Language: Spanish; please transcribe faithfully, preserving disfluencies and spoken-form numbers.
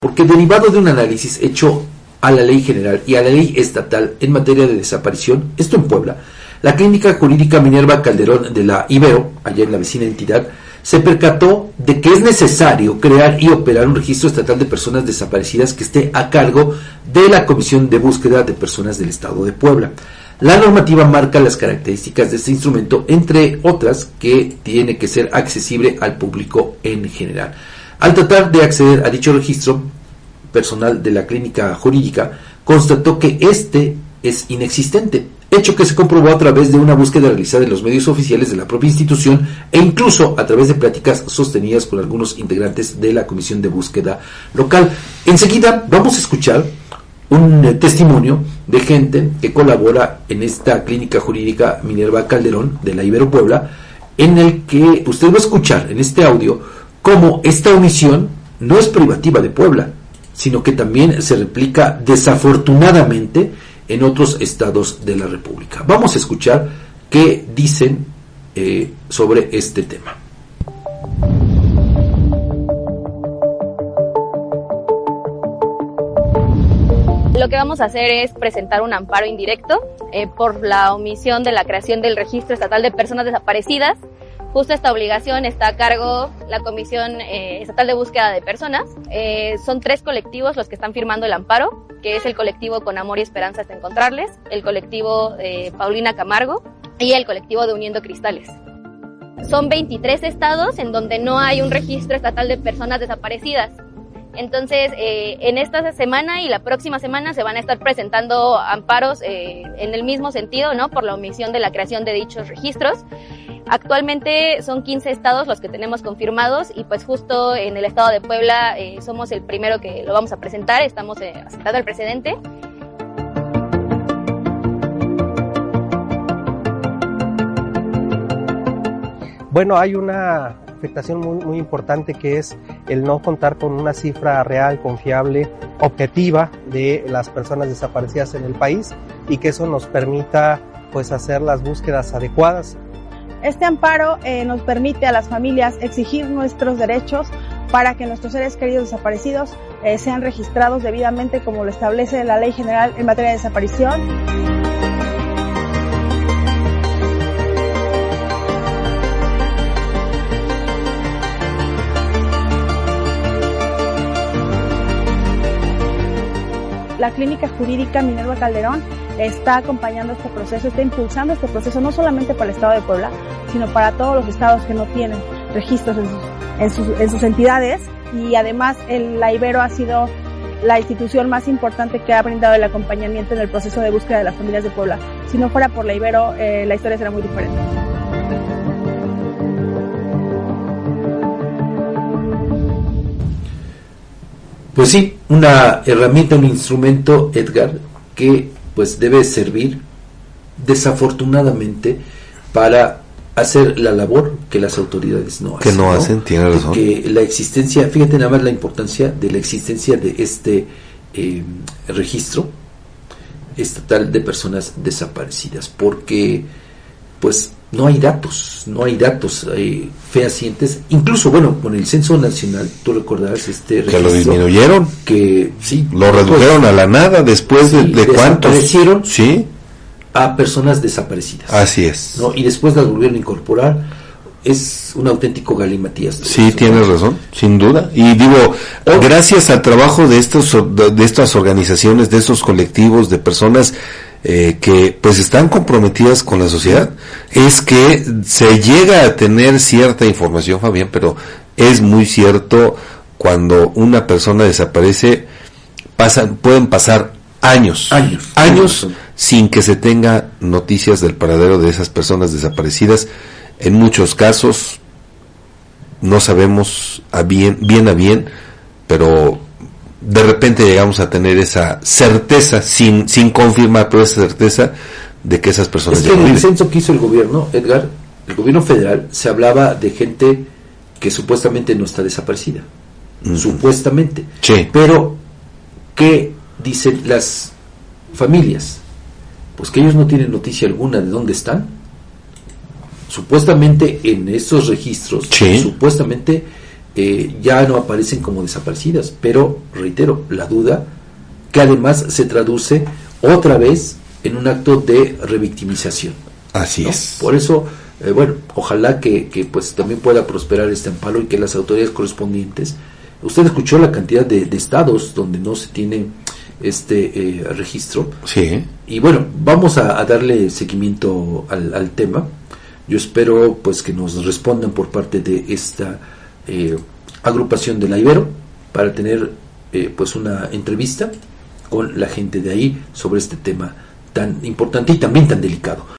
Porque derivado de un análisis hecho a la ley general y a la ley estatal en materia de desaparición, esto en Puebla, la Clínica Jurídica Minerva Calderón de la Ibero, allá en la vecina entidad, se percató de que es necesario crear y operar un registro estatal de personas desaparecidas que esté a cargo de la Comisión de Búsqueda de Personas del Estado de Puebla. La normativa marca las características de este instrumento, entre otras que tiene que ser accesible al público en general. Al tratar de acceder a dicho registro, personal de la Clínica Jurídica constató que este es inexistente, hecho que se comprobó a través de una búsqueda realizada en los medios oficiales de la propia institución e incluso a través de pláticas sostenidas con algunos integrantes de la Comisión de Búsqueda local. Enseguida vamos a escuchar un eh, testimonio de gente que colabora en esta Clínica Jurídica Minerva Calderón de la Ibero Puebla, en el que usted va a escuchar en este audio cómo esta omisión no es privativa de Puebla, sino que también se replica desafortunadamente en otros estados de la República. Vamos a escuchar qué dicen eh, sobre este tema. Lo que vamos a hacer es presentar un amparo indirecto eh, por la omisión de la creación del Registro Estatal de Personas Desaparecidas. Justo esta obligación está a cargo la Comisión eh, Estatal de Búsqueda de Personas. Eh, son tres colectivos los que están firmando el amparo, que es el colectivo Con Amor y Esperanza hasta Encontrarles, el colectivo eh, Paulina Camargo y el colectivo de Uniendo Cristales. Son veintitrés estados en donde no hay un registro estatal de personas desaparecidas. Entonces, eh, en esta semana y la próxima semana se van a estar presentando amparos eh, en el mismo sentido, ¿no? Por la omisión de la creación de dichos registros. Actualmente son quince estados los que tenemos confirmados y pues justo en el estado de Puebla eh, somos el primero que lo vamos a presentar, estamos eh, asentando el precedente. Bueno, hay una afectación muy, muy importante que es el no contar con una cifra real, confiable, objetiva de las personas desaparecidas en el país y que eso nos permita pues hacer las búsquedas adecuadas. Este amparo eh, nos permite a las familias exigir nuestros derechos para que nuestros seres queridos desaparecidos eh, sean registrados debidamente como lo establece la Ley General en materia de desaparición. La Clínica Jurídica Minerva Calderón está acompañando este proceso, está impulsando este proceso no solamente para el estado de Puebla, sino para todos los estados que no tienen registros en sus, en sus, en sus entidades, y además el, la Ibero ha sido la institución más importante que ha brindado el acompañamiento en el proceso de búsqueda de las familias de Puebla. Si no fuera por la Ibero, eh, la historia será muy diferente. Pues sí, una herramienta, un instrumento, Edgar, que pues debe servir desafortunadamente para hacer la labor que las autoridades no hacen. Que no hacen, ¿no? Tiene razón. Que la existencia, fíjate nada más la importancia de la existencia de este eh, registro estatal de personas desaparecidas, porque pues no hay datos, no hay datos eh, fehacientes, incluso bueno, con el censo nacional, tú recordarás este registro. Que lo disminuyeron. Que sí. Lo redujeron pues, a la nada después sí, de, de cuántos. Desaparecieron sí. a personas desaparecidas. Así es. ¿No? Y después las volvieron a incorporar. Es un auténtico galimatías. Sí, eso, tienes ¿no? razón, sin duda. Y digo, oh, gracias al trabajo de estos de, de estas organizaciones, de estos colectivos, de personas Eh, que pues están comprometidas con la sociedad, es que se llega a tener cierta información, Fabián, pero es muy cierto, cuando una persona desaparece, pasan, pueden pasar años, años, años sin que se tenga noticias del paradero de esas personas desaparecidas. En muchos casos no sabemos a bien, bien a bien, pero de repente llegamos a tener esa certeza, sin sin confirmar, pero esa certeza de que esas personas... Es que en el censo que hizo el gobierno, Edgar, el gobierno federal, se hablaba de gente que supuestamente no está desaparecida. Uh-huh. Supuestamente. Sí. Pero, ¿qué dicen las familias? Pues que ellos no tienen noticia alguna de dónde están. Supuestamente en estos registros, sí. supuestamente eh, ya no aparecen como desaparecidas, pero reitero, la duda que además se traduce otra vez en un acto de revictimización. Así ¿no? es. Por eso, eh, bueno, ojalá que, que pues también pueda prosperar este amparo y que las autoridades correspondientes. Usted escuchó la cantidad de, de estados donde no se tiene este eh, registro. Sí. Y bueno, vamos a, a darle seguimiento al, al tema. Yo espero pues que nos respondan por parte de esta eh, agrupación de la Ibero para tener eh, pues una entrevista con la gente de ahí sobre este tema tan importante y también tan delicado.